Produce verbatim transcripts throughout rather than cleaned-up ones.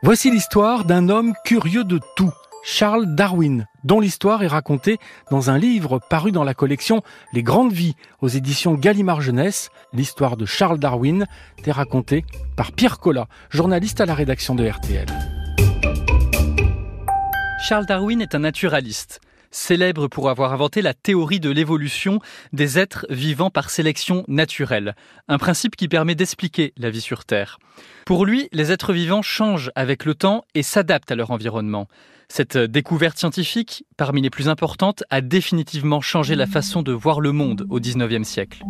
Voici l'histoire d'un homme curieux de tout, Charles Darwin, dont l'histoire est racontée dans un livre paru dans la collection Les Grandes Vies aux éditions Gallimard Jeunesse. L'histoire de Charles Darwin est racontée par Pierre Collat, journaliste à la rédaction de R T L. Charles Darwin est un naturaliste, célèbre pour avoir inventé la théorie de l'évolution des êtres vivant par sélection naturelle, un principe qui permet d'expliquer la vie sur Terre. Pour lui, les êtres vivants changent avec le temps et s'adaptent à leur environnement. Cette découverte scientifique, parmi les plus importantes, a définitivement changé la façon de voir le monde au dix-neuvième siècle.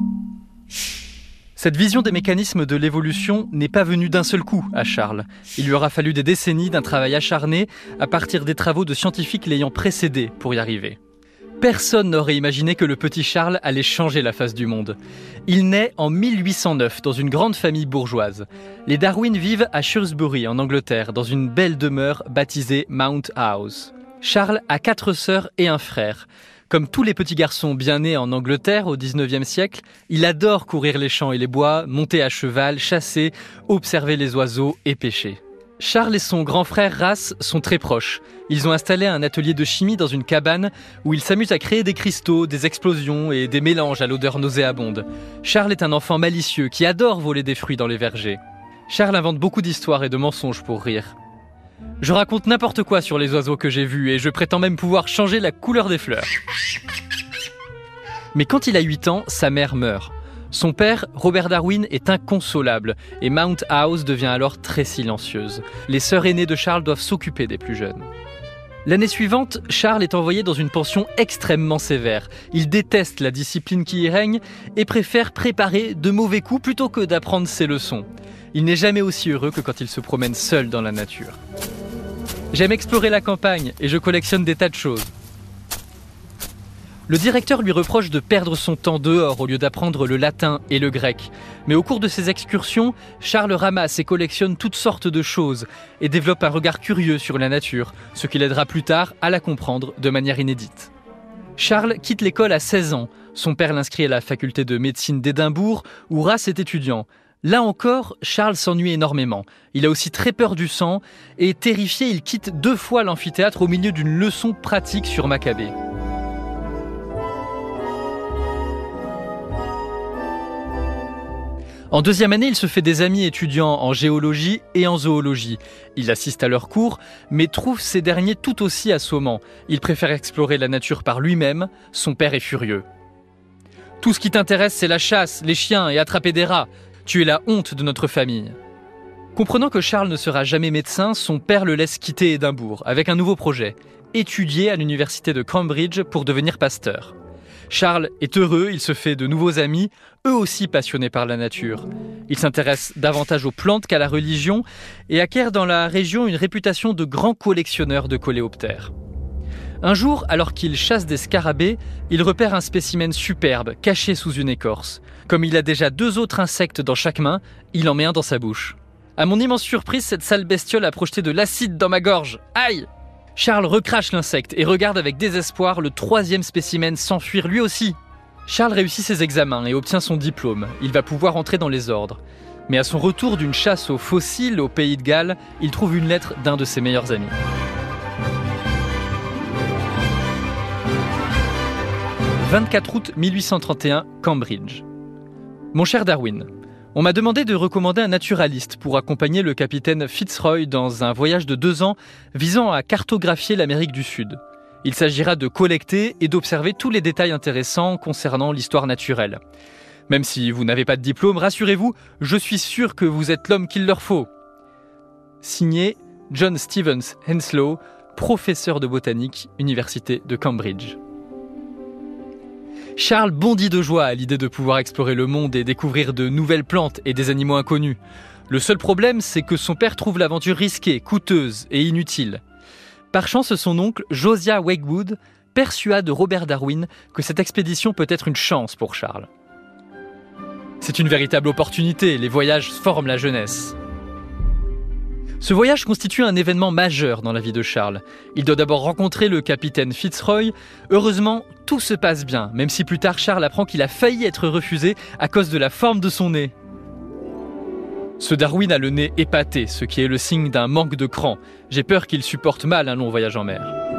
Cette vision des mécanismes de l'évolution n'est pas venue d'un seul coup à Charles. Il lui aura fallu des décennies d'un travail acharné à partir des travaux de scientifiques l'ayant précédé pour y arriver. Personne n'aurait imaginé que le petit Charles allait changer la face du monde. Il naît en mille huit cent neuf dans une grande famille bourgeoise. Les Darwin vivent à Shrewsbury en Angleterre, dans une belle demeure baptisée Mount House. Charles a quatre sœurs et un frère. Comme tous les petits garçons bien nés en Angleterre au dix-neuvième siècle, il adore courir les champs et les bois, monter à cheval, chasser, observer les oiseaux et pêcher. Charles et son grand frère Ras sont très proches. Ils ont installé un atelier de chimie dans une cabane où ils s'amusent à créer des cristaux, des explosions et des mélanges à l'odeur nauséabonde. Charles est un enfant malicieux qui adore voler des fruits dans les vergers. Charles invente beaucoup d'histoires et de mensonges pour rire. Je raconte n'importe quoi sur les oiseaux que j'ai vus et je prétends même pouvoir changer la couleur des fleurs. Mais quand il a huit ans, sa mère meurt. Son père, Robert Darwin, est inconsolable et Mount House devient alors très silencieuse. Les sœurs aînées de Charles doivent s'occuper des plus jeunes. L'année suivante, Charles est envoyé dans une pension extrêmement sévère. Il déteste la discipline qui y règne et préfère préparer de mauvais coups plutôt que d'apprendre ses leçons. Il n'est jamais aussi heureux que quand il se promène seul dans la nature. J'aime explorer la campagne et je collectionne des tas de choses. Le directeur lui reproche de perdre son temps dehors au lieu d'apprendre le latin et le grec. Mais au cours de ses excursions, Charles ramasse et collectionne toutes sortes de choses et développe un regard curieux sur la nature, ce qui l'aidera plus tard à la comprendre de manière inédite. Charles quitte l'école à seize ans. Son père l'inscrit à la faculté de médecine d'Édimbourg, où Ras est étudiant. Là encore, Charles s'ennuie énormément. Il a aussi très peur du sang et, terrifié, il quitte deux fois l'amphithéâtre au milieu d'une leçon pratique sur Maccabée. En deuxième année, il se fait des amis étudiants en géologie et en zoologie. Il assiste à leurs cours, mais trouve ces derniers tout aussi assommants. Il préfère explorer la nature par lui-même. Son père est furieux. « Tout ce qui t'intéresse, c'est la chasse, les chiens et attraper des rats. Tu es la honte de notre famille. » Comprenant que Charles ne sera jamais médecin, son père le laisse quitter Édimbourg avec un nouveau projet, étudier à l'université de Cambridge pour devenir pasteur. Charles est heureux, il se fait de nouveaux amis, eux aussi passionnés par la nature. Il s'intéresse davantage aux plantes qu'à la religion et acquiert dans la région une réputation de grand collectionneur de coléoptères. Un jour, alors qu'il chasse des scarabées, il repère un spécimen superbe, caché sous une écorce. Comme il a déjà deux autres insectes dans chaque main, il en met un dans sa bouche. À mon immense surprise, cette sale bestiole a projeté de l'acide dans ma gorge. Aïe! Charles recrache l'insecte et regarde avec désespoir le troisième spécimen s'enfuir lui aussi. Charles réussit ses examens et obtient son diplôme. Il va pouvoir entrer dans les ordres. Mais à son retour d'une chasse aux fossiles au pays de Galles, il trouve une lettre d'un de ses meilleurs amis. vingt-quatre août mille huit cent trente et un, Cambridge. Mon cher Darwin, on m'a demandé de recommander un naturaliste pour accompagner le capitaine Fitzroy dans un voyage de deux ans visant à cartographier l'Amérique du Sud. Il s'agira de collecter et d'observer tous les détails intéressants concernant l'histoire naturelle. Même si vous n'avez pas de diplôme, rassurez-vous, je suis sûr que vous êtes l'homme qu'il leur faut. Signé John Stevens Henslow, professeur de botanique, Université de Cambridge. Charles bondit de joie à l'idée de pouvoir explorer le monde et découvrir de nouvelles plantes et des animaux inconnus. Le seul problème, c'est que son père trouve l'aventure risquée, coûteuse et inutile. Par chance, son oncle, Josiah Wedgwood, persuade Robert Darwin que cette expédition peut être une chance pour Charles. C'est une véritable opportunité, les voyages forment la jeunesse. Ce voyage constitue un événement majeur dans la vie de Charles. Il doit d'abord rencontrer le capitaine Fitzroy. Heureusement, tout se passe bien, même si plus tard Charles apprend qu'il a failli être refusé à cause de la forme de son nez. Ce Darwin a le nez épaté, ce qui est le signe d'un manque de cran. J'ai peur qu'il supporte mal un long voyage en mer.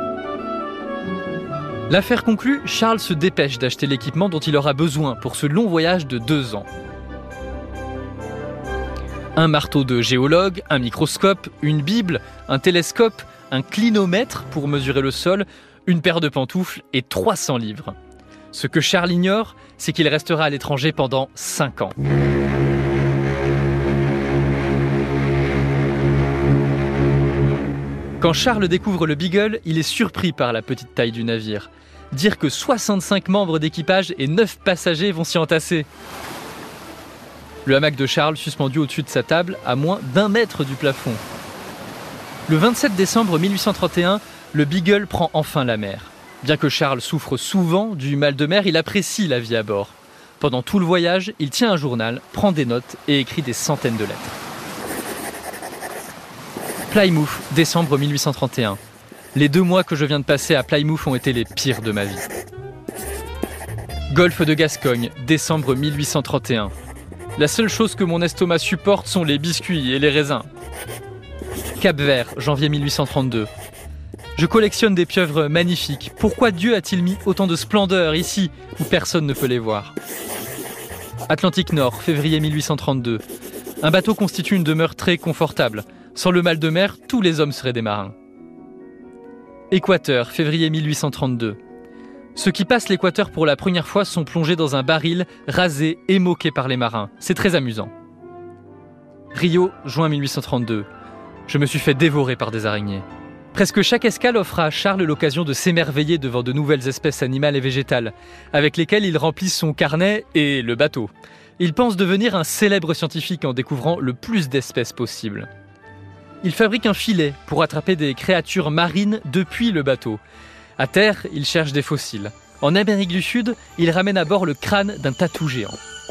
L'affaire conclue, Charles se dépêche d'acheter l'équipement dont il aura besoin pour ce long voyage de deux ans. Un marteau de géologue, un microscope, une bible, un télescope, un clinomètre pour mesurer le sol, une paire de pantoufles et trois cents livres. Ce que Charles ignore, c'est qu'il restera à l'étranger pendant cinq ans. Quand Charles découvre le Beagle, il est surpris par la petite taille du navire. Dire que soixante-cinq membres d'équipage et neuf passagers vont s'y entasser. Le hamac de Charles suspendu au-dessus de sa table à moins d'un mètre du plafond. Le vingt-sept décembre mille huit cent trente et un, le Beagle prend enfin la mer. Bien que Charles souffre souvent du mal de mer, il apprécie la vie à bord. Pendant tout le voyage, il tient un journal, prend des notes et écrit des centaines de lettres. Plymouth, décembre mille huit cent trente et un. Les deux mois que je viens de passer à Plymouth ont été les pires de ma vie. Golfe de Gascogne, décembre mille huit cent trente et un. La seule chose que mon estomac supporte sont les biscuits et les raisins. Cap-Vert, janvier mille huit cent trente-deux. Je collectionne des pieuvres magnifiques. Pourquoi Dieu a-t-il mis autant de splendeur ici, où personne ne peut les voir ? Atlantique Nord, février mille huit cent trente-deux. Un bateau constitue une demeure très confortable. Sans le mal de mer, tous les hommes seraient des marins. Équateur, février mille huit cent trente-deux. Ceux qui passent l'équateur pour la première fois sont plongés dans un baril, rasés et moqués par les marins. C'est très amusant. Rio, juin mille huit cent trente-deux. Je me suis fait dévorer par des araignées. Presque chaque escale offre à Charles l'occasion de s'émerveiller devant de nouvelles espèces animales et végétales, avec lesquelles il remplit son carnet et le bateau. Il pense devenir un célèbre scientifique en découvrant le plus d'espèces possible. Il fabrique un filet pour attraper des créatures marines depuis le bateau. À terre, il cherche des fossiles. En Amérique du Sud, il ramène à bord le crâne d'un tatou géant.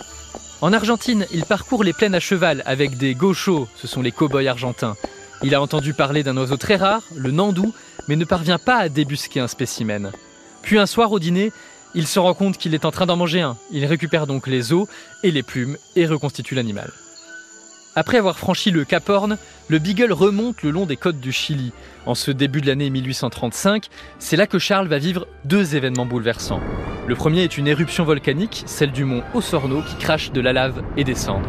En Argentine, il parcourt les plaines à cheval avec des gauchos, ce sont les cow-boys argentins. Il a entendu parler d'un oiseau très rare, le nandou, mais ne parvient pas à débusquer un spécimen. Puis un soir au dîner, il se rend compte qu'il est en train d'en manger un. Il récupère donc les os et les plumes et reconstitue l'animal. Après avoir franchi le Cap Horn, le Beagle remonte le long des côtes du Chili. En ce début de l'année mille huit cent trente-cinq, c'est là que Charles va vivre deux événements bouleversants. Le premier est une éruption volcanique, celle du mont Osorno, qui crache de la lave et des cendres.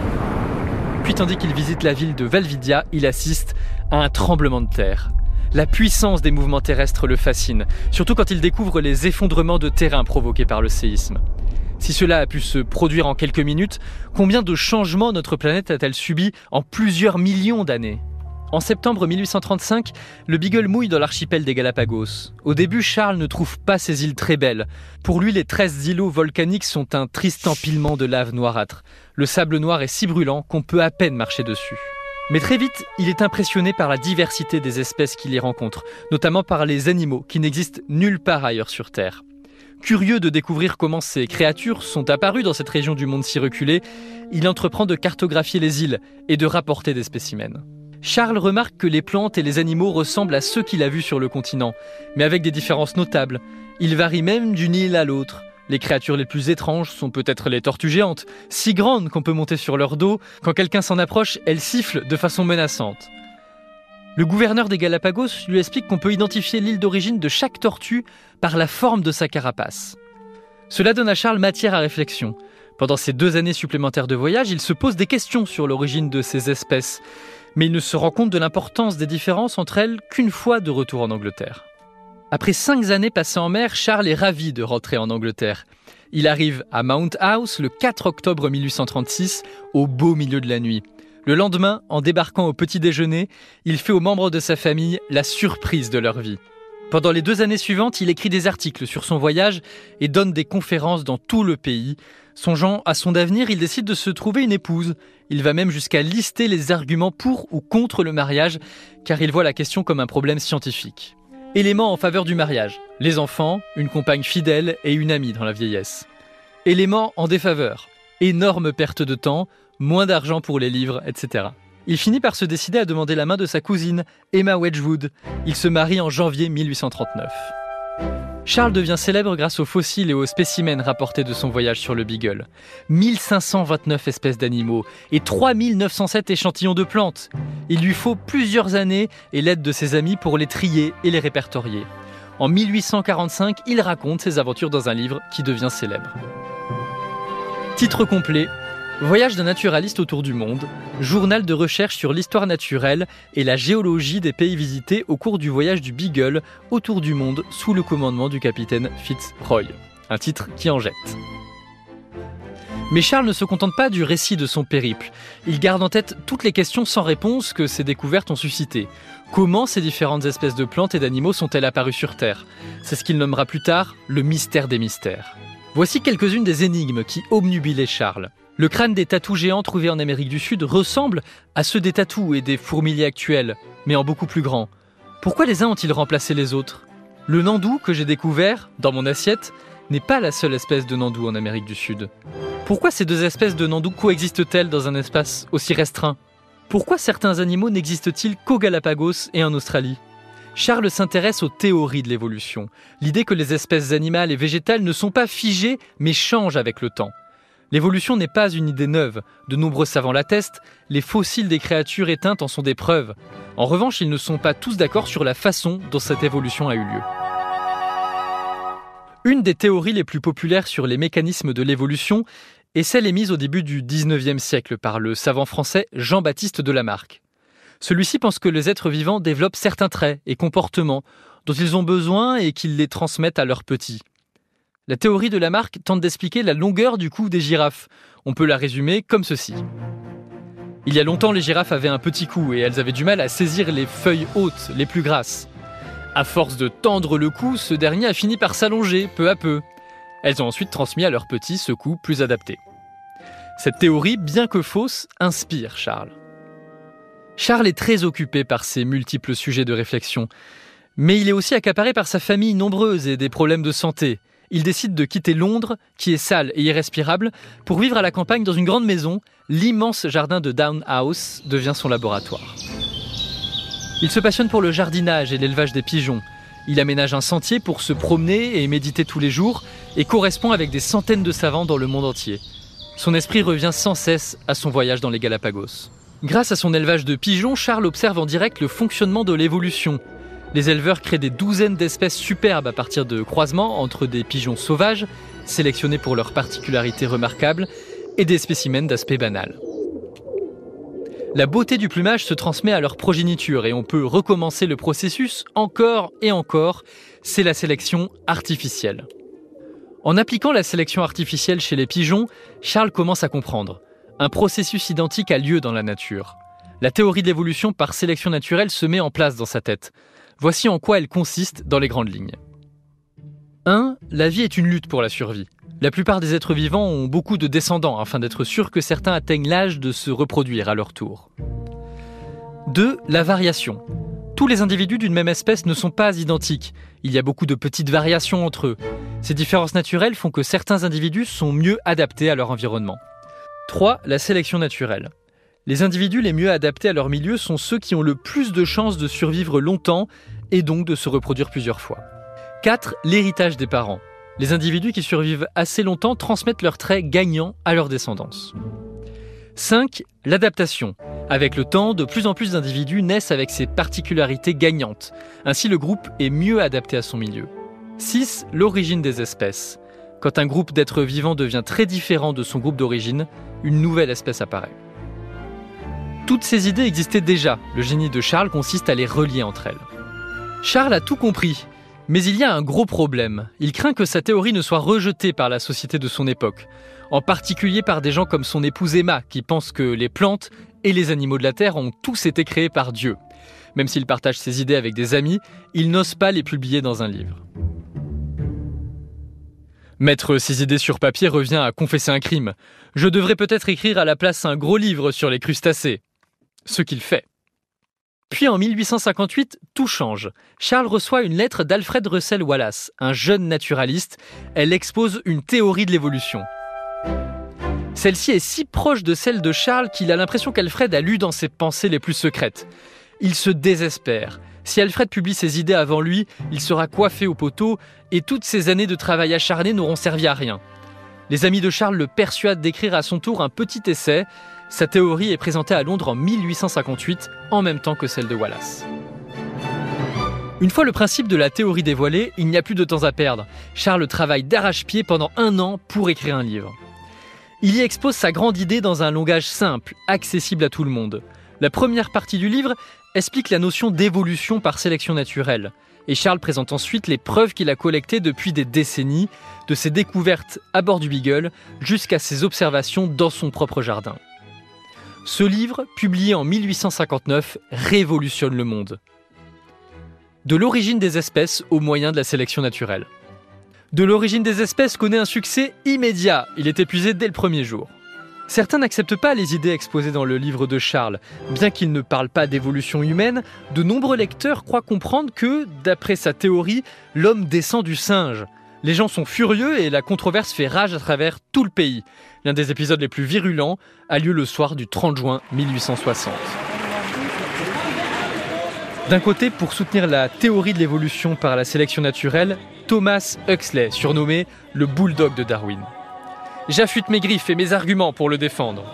Puis tandis qu'il visite la ville de Valvidia, il assiste à un tremblement de terre. La puissance des mouvements terrestres le fascine, surtout quand il découvre les effondrements de terrain provoqués par le séisme. Si cela a pu se produire en quelques minutes, combien de changements notre planète a-t-elle subi en plusieurs millions d'années ? En septembre mille huit cent trente-cinq, le Beagle mouille dans l'archipel des Galapagos. Au début, Charles ne trouve pas ces îles très belles. Pour lui, les treize îlots volcaniques sont un triste empilement de lave noirâtre. Le sable noir est si brûlant qu'on peut à peine marcher dessus. Mais très vite, il est impressionné par la diversité des espèces qu'il y rencontre, notamment par les animaux qui n'existent nulle part ailleurs sur Terre. Curieux de découvrir comment ces créatures sont apparues dans cette région du monde si reculée, il entreprend de cartographier les îles et de rapporter des spécimens. Charles remarque que les plantes et les animaux ressemblent à ceux qu'il a vus sur le continent, mais avec des différences notables. Ils varient même d'une île à l'autre. Les créatures les plus étranges sont peut-être les tortues géantes, si grandes qu'on peut monter sur leur dos. Quand quelqu'un s'en approche, elles sifflent de façon menaçante. Le gouverneur des Galapagos lui explique qu'on peut identifier l'île d'origine de chaque tortue par la forme de sa carapace. Cela donne à Charles matière à réflexion. Pendant ces deux années supplémentaires de voyage, il se pose des questions sur l'origine de ces espèces, mais il ne se rend compte de l'importance des différences entre elles qu'une fois de retour en Angleterre. Après cinq années passées en mer, Charles est ravi de rentrer en Angleterre. Il arrive à Mount House le quatre octobre mille huit cent trente-six, au beau milieu de la nuit. Le lendemain, en débarquant au petit déjeuner, il fait aux membres de sa famille la surprise de leur vie. Pendant les deux années suivantes, il écrit des articles sur son voyage et donne des conférences dans tout le pays. Songeant à son avenir, il décide de se trouver une épouse. Il va même jusqu'à lister les arguments pour ou contre le mariage, car il voit la question comme un problème scientifique. Éléments en faveur du mariage, les enfants, une compagne fidèle et une amie dans la vieillesse. Éléments en défaveur, énorme perte de temps, moins d'argent pour les livres, et cetera. Il finit par se décider à demander la main de sa cousine, Emma Wedgwood. Il se marie en janvier mille huit cent trente-neuf. Charles devient célèbre grâce aux fossiles et aux spécimens rapportés de son voyage sur le Beagle. mille cinq cent vingt-neuf espèces d'animaux et trois mille neuf cent sept échantillons de plantes. Il lui faut plusieurs années et l'aide de ses amis pour les trier et les répertorier. En mille huit cent quarante-cinq, il raconte ses aventures dans un livre qui devient célèbre. Titre complet: Voyage d'un naturaliste autour du monde, journal de recherche sur l'histoire naturelle et la géologie des pays visités au cours du voyage du Beagle autour du monde sous le commandement du capitaine Fitzroy. Un titre qui en jette. Mais Charles ne se contente pas du récit de son périple. Il garde en tête toutes les questions sans réponse que ces découvertes ont suscitées. Comment ces différentes espèces de plantes et d'animaux sont-elles apparues sur Terre? C'est ce qu'il nommera plus tard le mystère des mystères. Voici quelques-unes des énigmes qui obnubilaient Charles. Le crâne des tatous géants trouvés en Amérique du Sud ressemble à ceux des tatous et des fourmiliers actuels, mais en beaucoup plus grand. Pourquoi les uns ont-ils remplacé les autres? Le nandou que j'ai découvert dans mon assiette n'est pas la seule espèce de nandou en Amérique du Sud. Pourquoi ces deux espèces de nandou coexistent-elles dans un espace aussi restreint? Pourquoi certains animaux n'existent-ils qu'aux Galapagos et en Australie? Charles s'intéresse aux théories de l'évolution, l'idée que les espèces animales et végétales ne sont pas figées mais changent avec le temps. L'évolution n'est pas une idée neuve, de nombreux savants l'attestent, les fossiles des créatures éteintes en sont des preuves. En revanche, ils ne sont pas tous d'accord sur la façon dont cette évolution a eu lieu. Une des théories les plus populaires sur les mécanismes de l'évolution est celle émise au début du dix-neuvième siècle par le savant français Jean-Baptiste de Lamarck. Celui-ci pense que les êtres vivants développent certains traits et comportements dont ils ont besoin et qu'ils les transmettent à leurs petits. La théorie de Lamarck tente d'expliquer la longueur du cou des girafes. On peut la résumer comme ceci. Il y a longtemps, les girafes avaient un petit cou et elles avaient du mal à saisir les feuilles hautes, les plus grasses. À force de tendre le cou, ce dernier a fini par s'allonger peu à peu. Elles ont ensuite transmis à leurs petits ce cou plus adapté. Cette théorie, bien que fausse, inspire Charles. Charles est très occupé par ses multiples sujets de réflexion, mais il est aussi accaparé par sa famille nombreuse et des problèmes de santé. Il décide de quitter Londres, qui est sale et irrespirable, pour vivre à la campagne dans une grande maison. L'immense jardin de Down House devient son laboratoire. Il se passionne pour le jardinage et l'élevage des pigeons. Il aménage un sentier pour se promener et méditer tous les jours et correspond avec des centaines de savants dans le monde entier. Son esprit revient sans cesse à son voyage dans les Galapagos. Grâce à son élevage de pigeons, Charles observe en direct le fonctionnement de l'évolution. Les éleveurs créent des douzaines d'espèces superbes à partir de croisements entre des pigeons sauvages, sélectionnés pour leurs particularités remarquables, et des spécimens d'aspect banal. La beauté du plumage se transmet à leur progéniture et on peut recommencer le processus encore et encore. C'est la sélection artificielle. En appliquant la sélection artificielle chez les pigeons, Charles commence à comprendre. Un processus identique a lieu dans la nature. La théorie de l'évolution par sélection naturelle se met en place dans sa tête. Voici en quoi elle consiste dans les grandes lignes. un. La vie est une lutte pour la survie. La plupart des êtres vivants ont beaucoup de descendants afin d'être sûrs que certains atteignent l'âge de se reproduire à leur tour. deux. La variation. Tous les individus d'une même espèce ne sont pas identiques. Il y a beaucoup de petites variations entre eux. Ces différences naturelles font que certains individus sont mieux adaptés à leur environnement. trois. La sélection naturelle. Les individus les mieux adaptés à leur milieu sont ceux qui ont le plus de chances de survivre longtemps et donc de se reproduire plusieurs fois. quatre. L'héritage des parents. Les individus qui survivent assez longtemps transmettent leurs traits gagnants à leur descendance. cinq. L'adaptation. Avec le temps, de plus en plus d'individus naissent avec ces particularités gagnantes. Ainsi, le groupe est mieux adapté à son milieu. six. L'origine des espèces. Quand un groupe d'êtres vivants devient très différent de son groupe d'origine, une nouvelle espèce apparaît. Toutes ces idées existaient déjà. Le génie de Charles consiste à les relier entre elles. Charles a tout compris. Mais il y a un gros problème. Il craint que sa théorie ne soit rejetée par la société de son époque, en particulier par des gens comme son épouse Emma, qui pensent que les plantes et les animaux de la Terre ont tous été créés par Dieu. Même s'il partage ses idées avec des amis, il n'ose pas les publier dans un livre. Mettre ses idées sur papier revient à confesser un crime. Je devrais peut-être écrire à la place un gros livre sur les crustacés. Ce qu'il fait. Puis en mille huit cent cinquante-huit, tout change. Charles reçoit une lettre d'Alfred Russel Wallace, un jeune naturaliste. Elle expose une théorie de l'évolution. Celle-ci est si proche de celle de Charles qu'il a l'impression qu'Alfred a lu dans ses pensées les plus secrètes. Il se désespère. Si Alfred publie ses idées avant lui, il sera coiffé au poteau et toutes ces années de travail acharné n'auront servi à rien. Les amis de Charles le persuadent d'écrire à son tour un petit essai. Sa théorie est présentée à Londres en mille huit cent cinquante-huit, en même temps que celle de Wallace. Une fois le principe de la théorie dévoilé, il n'y a plus de temps à perdre. Charles travaille d'arrache-pied pendant un an pour écrire un livre. Il y expose sa grande idée dans un langage simple, accessible à tout le monde. La première partie du livre explique la notion d'évolution par sélection naturelle. Et Charles présente ensuite les preuves qu'il a collectées depuis des décennies, de ses découvertes à bord du Beagle jusqu'à ses observations dans son propre jardin. Ce livre, publié en mille huit cent cinquante-neuf, révolutionne le monde. De l'origine des espèces au moyen de la sélection naturelle. De l'origine des espèces connaît un succès immédiat, il est épuisé dès le premier jour. Certains n'acceptent pas les idées exposées dans le livre de Charles. Bien qu'il ne parle pas d'évolution humaine, de nombreux lecteurs croient comprendre que, d'après sa théorie, l'homme descend du singe. Les gens sont furieux et la controverse fait rage à travers tout le pays. L'un des épisodes les plus virulents a lieu le soir du trente juin mille huit cent soixante. D'un côté, pour soutenir la théorie de l'évolution par la sélection naturelle, Thomas Huxley, surnommé le bulldog de Darwin. J'affûte mes griffes et mes arguments pour le défendre.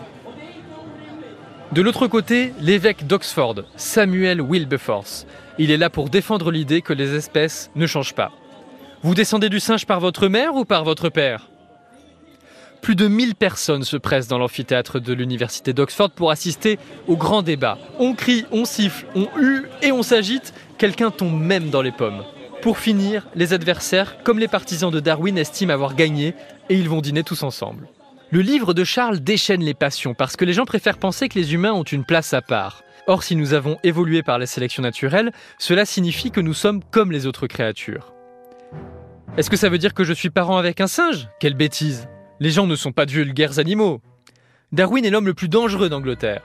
De l'autre côté, l'évêque d'Oxford, Samuel Wilberforce. Il est là pour défendre l'idée que les espèces ne changent pas. Vous descendez du singe par votre mère ou par votre père ? Plus de mille personnes se pressent dans l'amphithéâtre de l'université d'Oxford pour assister au grand débat. On crie, on siffle, on hue et on s'agite, quelqu'un tombe même dans les pommes. Pour finir, les adversaires, comme les partisans de Darwin, estiment avoir gagné et ils vont dîner tous ensemble. Le livre de Charles déchaîne les passions parce que les gens préfèrent penser que les humains ont une place à part. Or, si nous avons évolué par la sélection naturelle, cela signifie que nous sommes comme les autres créatures. Est-ce que ça veut dire que je suis parent avec un singe ? Quelle bêtise ! Les gens ne sont pas de vulgaires animaux. Darwin est l'homme le plus dangereux d'Angleterre.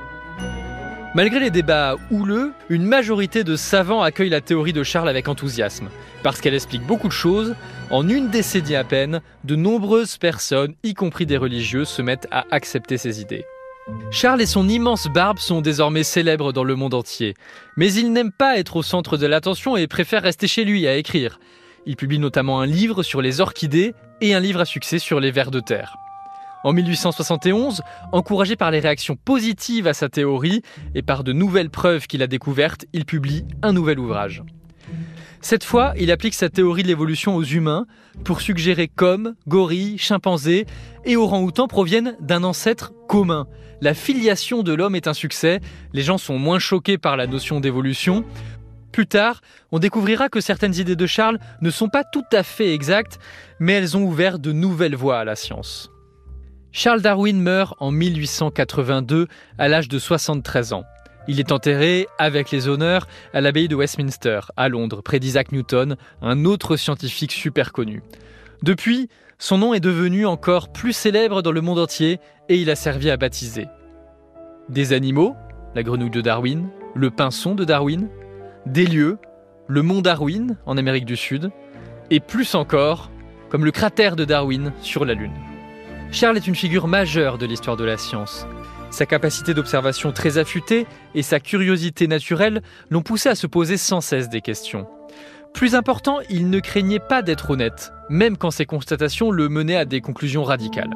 Malgré les débats houleux, une majorité de savants accueillent la théorie de Charles avec enthousiasme. Parce qu'elle explique beaucoup de choses, en une décennie à peine, de nombreuses personnes, y compris des religieux, se mettent à accepter ces idées. Charles et son immense barbe sont désormais célèbres dans le monde entier. Mais il n'aime pas être au centre de l'attention et préfère rester chez lui à écrire. Il publie notamment un livre sur les orchidées et un livre à succès sur les vers de terre. En mille huit cent soixante et onze, encouragé par les réactions positives à sa théorie et par de nouvelles preuves qu'il a découvertes, il publie un nouvel ouvrage. Cette fois, il applique sa théorie de l'évolution aux humains pour suggérer qu'hommes, gorilles, chimpanzés et orang-outans proviennent d'un ancêtre commun. La filiation de l'homme est un succès, les gens sont moins choqués par la notion d'évolution. Plus tard, on découvrira que certaines idées de Charles ne sont pas tout à fait exactes, mais elles ont ouvert de nouvelles voies à la science. Charles Darwin meurt en mille huit cent quatre-vingt-deux à l'âge de soixante-treize ans. Il est enterré avec les honneurs à l'abbaye de Westminster, à Londres, près d'Isaac Newton, un autre scientifique super connu. Depuis, son nom est devenu encore plus célèbre dans le monde entier et il a servi à baptiser des animaux, la grenouille de Darwin, le pinson de Darwin, des lieux, le mont Darwin en Amérique du Sud, et plus encore, comme le cratère de Darwin sur la Lune. Charles est une figure majeure de l'histoire de la science. Sa capacité d'observation très affûtée et sa curiosité naturelle l'ont poussé à se poser sans cesse des questions. Plus important, il ne craignait pas d'être honnête, même quand ses constatations le menaient à des conclusions radicales.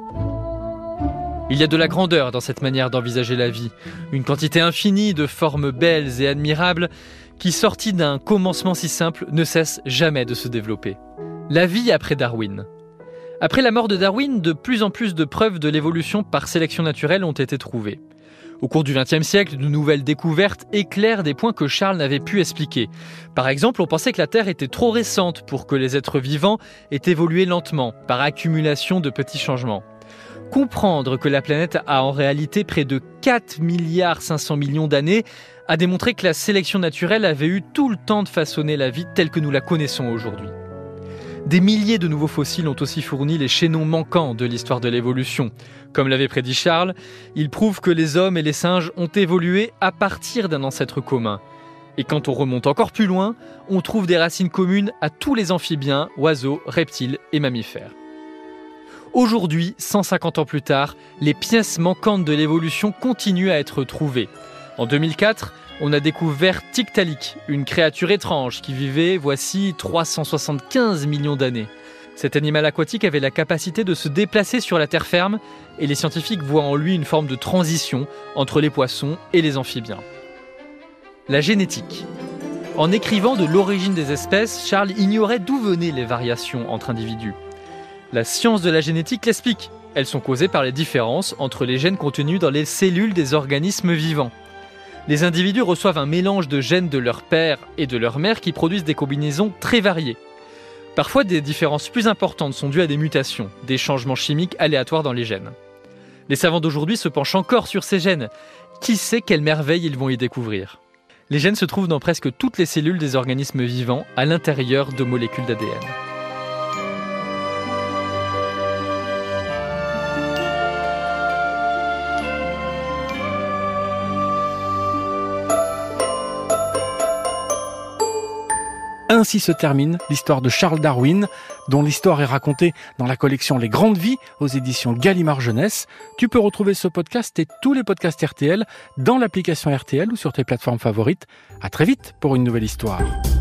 Il y a de la grandeur dans cette manière d'envisager la vie, une quantité infinie de formes belles et admirables qui, sorties d'un commencement si simple, ne cessent jamais de se développer. La vie après Darwin. Après la mort de Darwin, de plus en plus de preuves de l'évolution par sélection naturelle ont été trouvées. Au cours du vingtième siècle, de nouvelles découvertes éclairent des points que Charles n'avait pu expliquer. Par exemple, on pensait que la Terre était trop récente pour que les êtres vivants aient évolué lentement, par accumulation de petits changements. Comprendre que la planète a en réalité près de quatre milliards cinq cents millions d'années a démontré que la sélection naturelle avait eu tout le temps de façonner la vie telle que nous la connaissons aujourd'hui. Des milliers de nouveaux fossiles ont aussi fourni les chaînons manquants de l'histoire de l'évolution. Comme l'avait prédit Charles, ils prouvent que les hommes et les singes ont évolué à partir d'un ancêtre commun. Et quand on remonte encore plus loin, on trouve des racines communes à tous les amphibiens, oiseaux, reptiles et mammifères. Aujourd'hui, cent cinquante ans plus tard, les pièces manquantes de l'évolution continuent à être trouvées. En deux mille quatre, on a découvert Tiktaalik, une créature étrange qui vivait, voici, trois cent soixante-quinze millions d'années. Cet animal aquatique avait la capacité de se déplacer sur la terre ferme et les scientifiques voient en lui une forme de transition entre les poissons et les amphibiens. La génétique. En écrivant de l'origine des espèces, Charles ignorait d'où venaient les variations entre individus. La science de la génétique l'explique. Elles sont causées par les différences entre les gènes contenus dans les cellules des organismes vivants. Les individus reçoivent un mélange de gènes de leur père et de leur mère qui produisent des combinaisons très variées. Parfois, des différences plus importantes sont dues à des mutations, des changements chimiques aléatoires dans les gènes. Les savants d'aujourd'hui se penchent encore sur ces gènes. Qui sait quelles merveilles ils vont y découvrir ? Les gènes se trouvent dans presque toutes les cellules des organismes vivants, à l'intérieur de molécules d'A D N. Ainsi se termine l'histoire de Charles Darwin, dont l'histoire est racontée dans la collection Les Grandes Vies aux éditions Gallimard Jeunesse. Tu peux retrouver ce podcast et tous les podcasts R T L dans l'application R T L ou sur tes plateformes favorites. À très vite pour une nouvelle histoire.